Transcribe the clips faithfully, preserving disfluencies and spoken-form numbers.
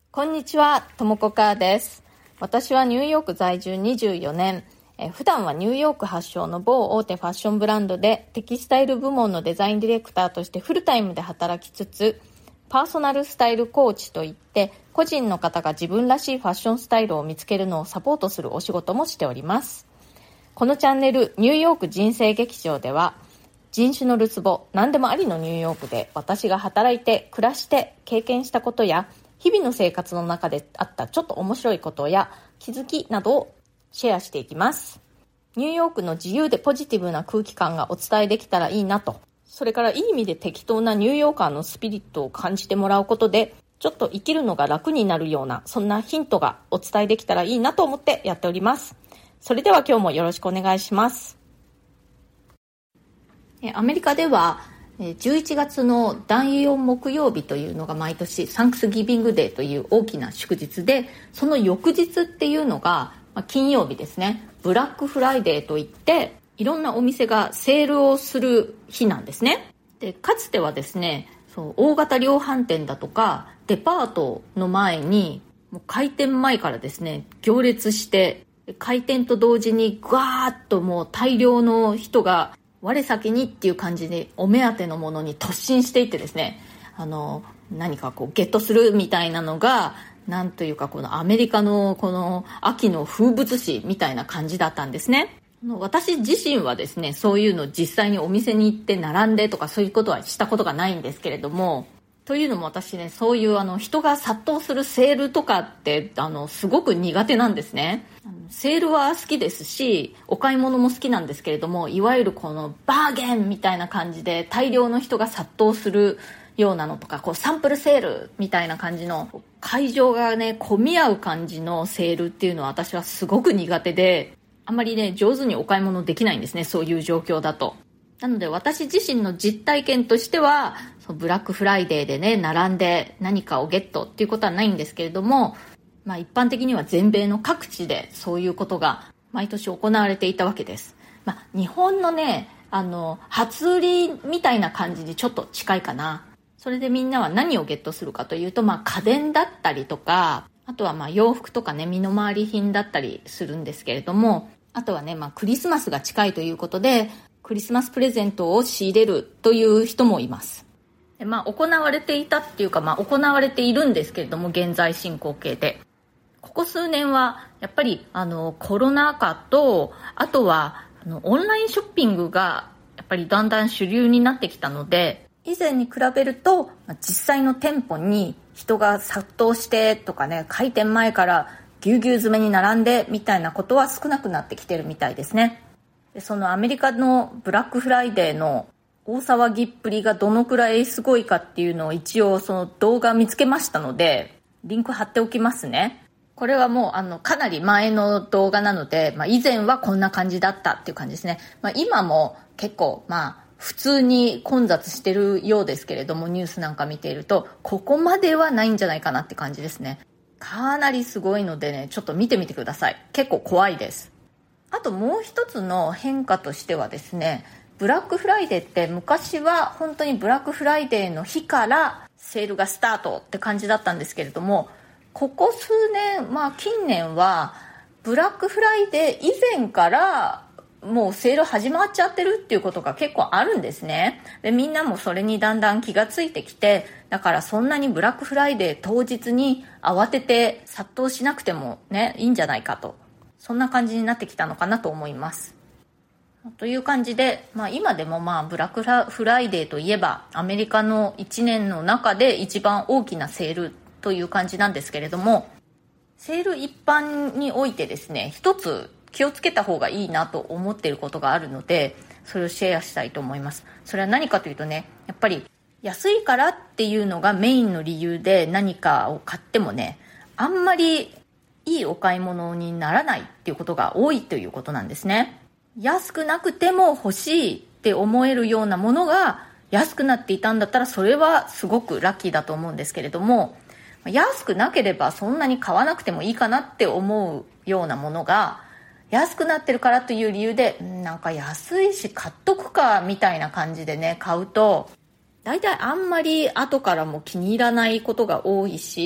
こんにちは、ともこかーです。私はニューヨーク在住にじゅうよねん、え普段はニューヨーク発祥の某大手ファッションブランドでテキスタイル部門のデザインディレクターとしてフルタイムで働きつつ、パーソナルスタイルコーチといって個人の方が自分らしいファッションスタイルを見つけるのをサポートするお仕事もしております。このチャンネルニューヨーク人生劇場では、人種のるつぼ何でもありのニューヨークで私が働いて暮らして経験したことや日々の生活の中であったちょっと面白いことや気づきなどをシェアしていきます。ニューヨークの自由でポジティブな空気感がお伝えできたらいいなと、それからいい意味で適当なニューヨーカーのスピリットを感じてもらうことでちょっと生きるのが楽になるような、そんなヒントがお伝えできたらいいなと思ってやっております。それでは今日もよろしくお願いします。アメリカではじゅういちがつのだいよん木曜日というのが毎年サンクスギビングデーという大きな祝日で、その翌日っていうのが金曜日ですね。ブラックフライデーといっていろんなお店がセールをする日なんですね。でかつてはですね、そう大型量販店だとかデパートの前にもう開店前からですね行列して、開店と同時にぐわーっともう大量の人が我先にっていう感じでお目当てのものに突進していってですね、あの何かこうゲットするみたいなのがなんというかこのアメリカのこの秋の風物詩みたいな感じだったんですね。私自身はですねそういうの実際にお店に行って並んでとかそういうことはしたことがないんですけれども、というのも私ねそういうあの人が殺到するセールとかってあのすごく苦手なんですね。セールは好きですしお買い物も好きなんですけれども、いわゆるこのバーゲンみたいな感じで大量の人が殺到するようなのとか、こうサンプルセールみたいな感じの会場がね混み合う感じのセールっていうのは私はすごく苦手で、あんまりね上手にお買い物できないんですね、そういう状況だと。なので私自身の実体験としてはそのブラックフライデーでね並んで何かをゲットっていうことはないんですけれども、まあ、一般的には全米の各地でそういうことが毎年行われていたわけです。まあ、日本のねあの初売りみたいな感じにちょっと近いかな。それでみんなは何をゲットするかというと、まあ、家電だったりとか、あとはまあ洋服とかね身の回り品だったりするんですけれども、あとはね、まあ、クリスマスが近いということでクリスマスプレゼントを仕入れるという人もいます。で、まあ、行われていたっていうか、まあ、行われているんですけれども現在進行形で、ここ数年はやっぱりあのコロナ禍と、あとはあのオンラインショッピングがやっぱりだんだん主流になってきたので、以前に比べると実際の店舗に人が殺到してとかね、開店前からぎゅうぎゅう詰めに並んでみたいなことは少なくなってきてるみたいですね。でそのアメリカのブラックフライデーの大騒ぎっぷりがどのくらいすごいかっていうのを一応その動画見つけましたのでリンク貼っておきますね。これはもうあのかなり前の動画なので、まあ、以前はこんな感じだったっていう感じですね。まあ、今も結構まあ普通に混雑してるようですけれども、ニュースなんか見ているとここまではないんじゃないかなって感じですね。かなりすごいのでね、ちょっと見てみてください。結構怖いです。あともう一つの変化としてはですね、ブラックフライデーって昔は本当にブラックフライデーの日からセールがスタートって感じだったんですけれども、ここ数年、まあ近年はブラックフライデー以前からもうセール始まっちゃってるっていうことが結構あるんですね。でみんなもそれにだんだん気がついてきて、だからそんなにブラックフライデー当日に慌てて殺到しなくてもねいいんじゃないかと、そんな感じになってきたのかなと思います。という感じで、まあ、今でもまあブラックフライデーといえばアメリカのいちねんの中で一番大きなセールという感じなんですけれども、セール一般においてですね一つ気をつけた方がいいなと思っていることがあるので、それをシェアしたいと思います。それは何かというとね、やっぱり安いからっていうのがメインの理由で何かを買ってもね、あんまりいいお買い物にならないっていうことが多いということなんですね。安くなくても欲しいって思えるようなものが安くなっていたんだったらそれはすごくラッキーだと思うんですけれども、安くなければそんなに買わなくてもいいかなって思うようなものが安くなってるからという理由でなんか安いし買っとくかみたいな感じでね買うと、だいたいあんまり後からも気に入らないことが多いし、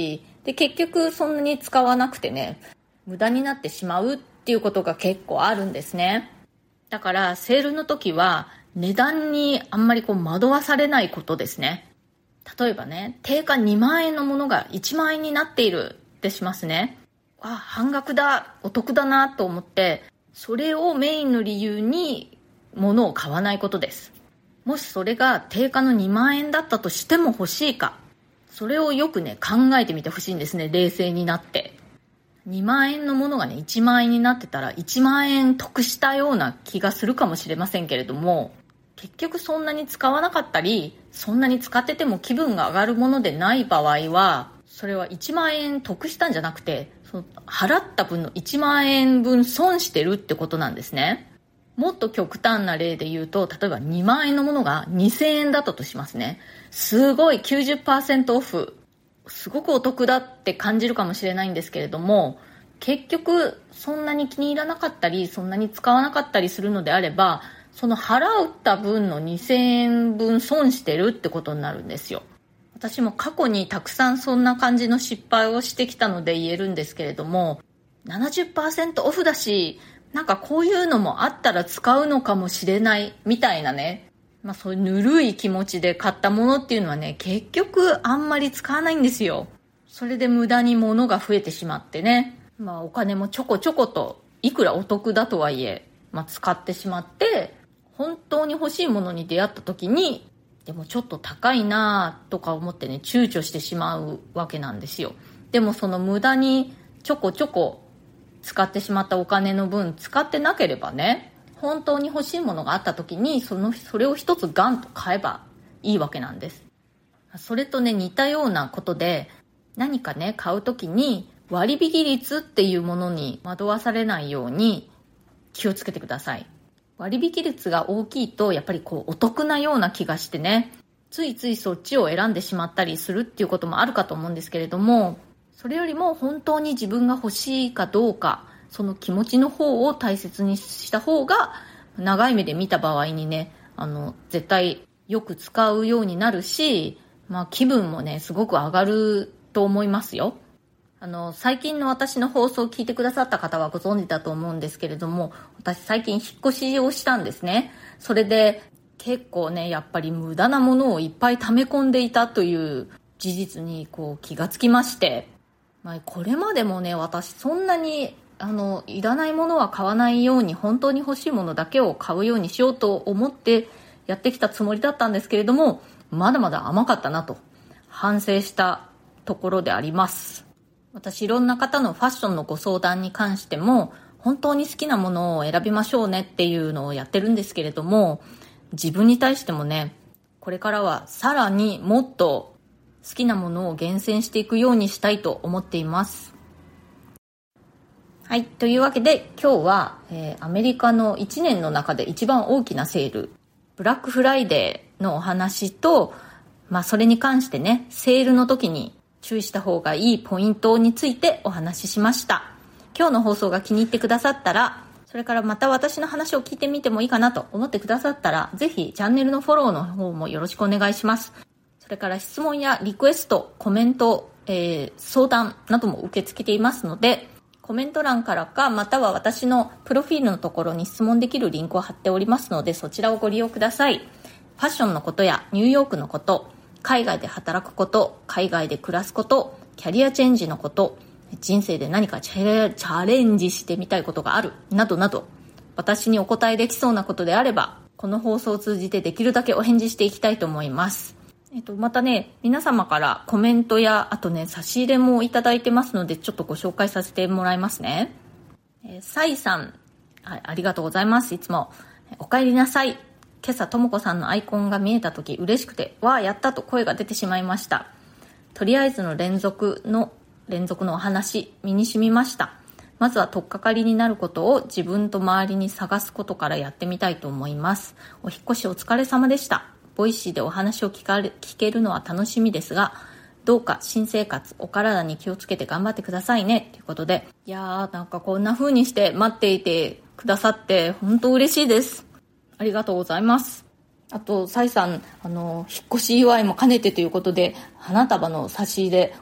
で結局そんなに使わなくてね、無駄になってしまうっていうことが結構あるんですね。だからセールの時は値段にあんまりこう惑わされないことですね。例えばね、定価にまん円のものがいちまん円になっているってしますね。あ、半額だ、お得だなと思って、それをメインの理由に物を買わないことです。もしそれが定価のにまん円だったとしても欲しいか、それをよくね考えてみてほしいんですね。冷静になって。にまん円のものがねいちまん円になってたらいちまん円得したような気がするかもしれませんけれども、結局そんなに使わなかったり、そんなに使ってても気分が上がるものでない場合は、それはいちまん円得したんじゃなくて、その払った分のいちまん円分損してるってことなんですね。もっと極端な例で言うと、例えばにまん円のものがにせんえんだったとしますね。すごい きゅうじゅっパーセント オフ、すごくお得だって感じるかもしれないんですけれども、結局そんなに気に入らなかったり、そんなに使わなかったりするのであれば、その払った分のにせんえんぶん損してるってことになるんですよ。私も過去にたくさんそんな感じの失敗をしてきたので言えるんですけれども、ななじゅっパーセント オフだし、なんかこういうのもあったら使うのかもしれないみたいなね、まあそういうぬるい気持ちで買ったものっていうのはね、結局あんまり使わないんですよ。それで無駄に物が増えてしまってね、まあお金もちょこちょこといくらお得だとはいえ、まあ使ってしまって、本当に欲しいものに出会った時に、でもちょっと高いなとか思ってね、躊躇してしまうわけなんですよ。でもその無駄にちょこちょこ使ってしまったお金の分使ってなければね、本当に欲しいものがあった時にそのそれを一つガンと買えばいいわけなんです。それとね似たようなことで、何かね買う時に割引率っていうものに惑わされないように気をつけてください。割引率が大きいとやっぱりこうお得なような気がしてね、ついついそっちを選んでしまったりするっていうこともあるかと思うんですけれども、それよりも本当に自分が欲しいかどうか、その気持ちの方を大切にした方が長い目で見た場合にね、あの絶対よく使うようになるし、まあ、気分もねすごく上がると思いますよ。あの最近の私の放送を聞いてくださった方はご存知だと思うんですけれども、私最近引っ越しをしたんですね。それで結構ねやっぱり無駄なものをいっぱい溜め込んでいたという事実にこう気がつきまして、まあ、これまでもね私そんなにあのいらないものは買わないように、本当に欲しいものだけを買うようにしようと思ってやってきたつもりだったんですけれども、まだまだ甘かったなと反省したところであります。私いろんな方のファッションのご相談に関しても、本当に好きなものを選びましょうねっていうのをやってるんですけれども、自分に対してもね、これからはさらにもっと好きなものを厳選していくようにしたいと思っています。はい、というわけで今日は、えー、アメリカのいちねんの中で一番大きなセール、ブラックフライデーのお話と、まあそれに関してね、セールの時に注意した方がいいポイントについてお話ししました。今日の放送が気に入ってくださったら、それからまた私の話を聞いてみてもいいかなと思ってくださったら、ぜひチャンネルのフォローの方もよろしくお願いします。それから質問やリクエスト、コメント、えー、相談なども受け付けていますので、コメント欄からか、または私のプロフィールのところに質問できるリンクを貼っておりますので、そちらをご利用ください。ファッションのことやニューヨークのこと、海外で働くこと、海外で暮らすこと、キャリアチェンジのこと、人生で何かチャレンジしてみたいことがある、などなど、私にお答えできそうなことであれば、この放送を通じてできるだけお返事していきたいと思います。えっと、またね、皆様からコメントや、あとね、差し入れもいただいてますので、ちょっとご紹介させてもらいますね。えー、サイさん、はい、ありがとうございます。いつも。お帰りなさい。今朝ともこさんのアイコンが見えたとき嬉しくて、わあやったと声が出てしまいました。とりあえずの連続の連続のお話、身に染みました。まずは取っかかりになることを自分と周りに探すことからやってみたいと思います。お引越しお疲れ様でした。ボイシーでお話を聞かれ、聞けるのは楽しみですが、どうか新生活お体に気をつけて頑張ってくださいねということで、いやーなんかこんな風にして待っていてくださって本当嬉しいです。ありがとうございます。あとサイさん、あの引っ越し祝いも兼ねてということで花束の差し入れ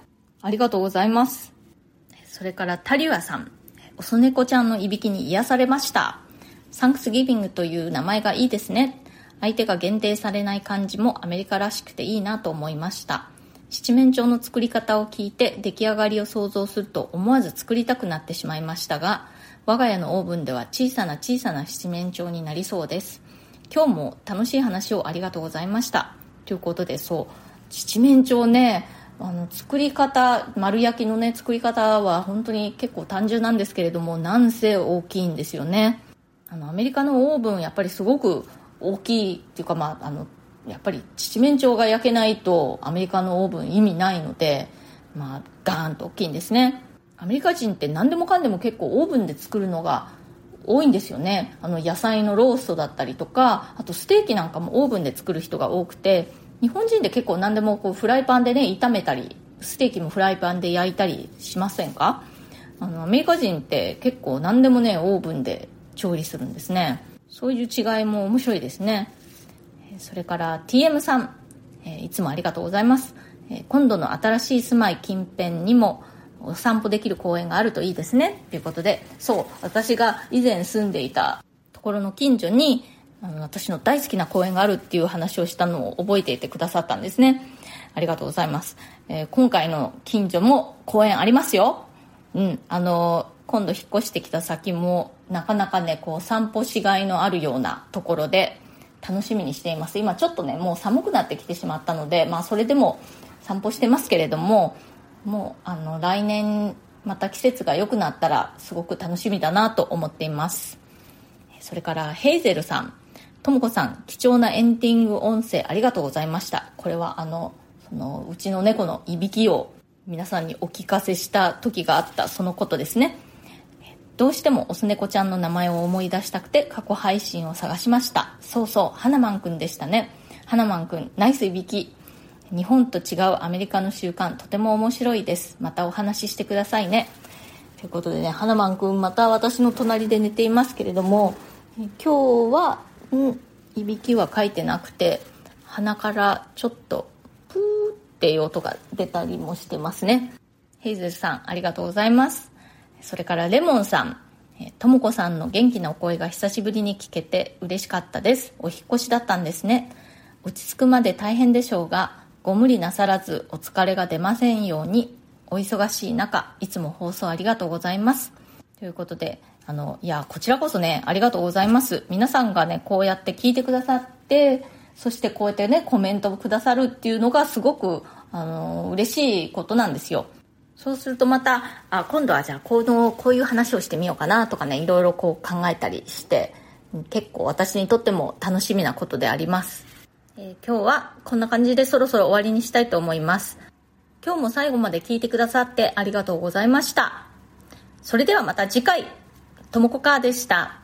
ありがとうございます。それからタリュアさん、おそ猫ちゃんのいびきに癒されました。サンクスギビングという名前がいいですね。相手が限定されない感じもアメリカらしくていいなと思いました。七面鳥の作り方を聞いて出来上がりを想像すると思わず作りたくなってしまいましたが、我が家のオーブンでは小さな小さな七面鳥になりそうです。今日も楽しい話をありがとうございました。ということで、そう七面鳥ね、あの作り方、丸焼きのね作り方は本当に結構単純なんですけれども、なんせ大きいんですよね。あのアメリカのオーブンやっぱりすごく大きいっていうか、まああのやっぱり七面鳥が焼けないとアメリカのオーブン意味ないので、まあガーンと大きいんですね。アメリカ人って何でもかんでも結構オーブンで作るのが多いんですよね。あの野菜のローストだったりとか、あとステーキなんかもオーブンで作る人が多くて、日本人で結構何でもこうフライパンでね炒めたり、ステーキもフライパンで焼いたりしませんか？あのアメリカ人って結構何でもねオーブンで調理するんですね。そういう違いも面白いですね。それから ティーエム さん、えー、いつもありがとうございます。えー、今度の新しい住まい近辺にもお散歩できる公園があるといいですねということで、そう私が以前住んでいたところの近所にあの私の大好きな公園があるっていう話をしたのを覚えていてくださったんですね。ありがとうございます。えー、今回の近所も公園ありますよ。うん、あの今度引っ越してきた先もなかなかねこう散歩しがいのあるようなところで楽しみにしています。今ちょっとねもう寒くなってきてしまったので、まあそれでも散歩してますけれども、もうあの来年また季節が良くなったらすごく楽しみだなと思っています。それからヘイゼルさん、ともこさん、貴重なエンディング音声ありがとうございました。これはあのそのうちの猫のいびきを皆さんにお聞かせした時があったそのことですね。どうしてもオス猫ちゃんの名前を思い出したくて過去配信を探しました。そうそう、ハナマンくんでしたね。ハナマンくん、ナイスいびき。日本と違うアメリカの習慣、とても面白いです。またお話ししてくださいね。ということでね、ハナマンくんまた私の隣で寝ていますけれども、今日はんいびきは書いてなくて、鼻からちょっとプーっていう音が出たりもしてますね。ヘイゼルさんありがとうございます。それからレモンさん、ともこさんの元気なお声が久しぶりに聞けて嬉しかったです。お引っ越しだったんですね。落ち着くまで大変でしょうが、ご無理なさらずお疲れが出ませんように。お忙しい中いつも放送ありがとうございます。ということで、あのいやこちらこそねありがとうございます。皆さんがねこうやって聞いてくださって、そしてこうやってねコメントをくださるっていうのがすごくあの嬉しいことなんですよ。そうするとまたあ今度はじゃあこのこういう話をしてみようかなとかね、いろいろこう考えたりして、結構私にとっても楽しみなことであります。えー、今日はこんな感じでそろそろ終わりにしたいと思います。今日も最後まで聞いてくださってありがとうございました。それではまた次回、ともこかーでした。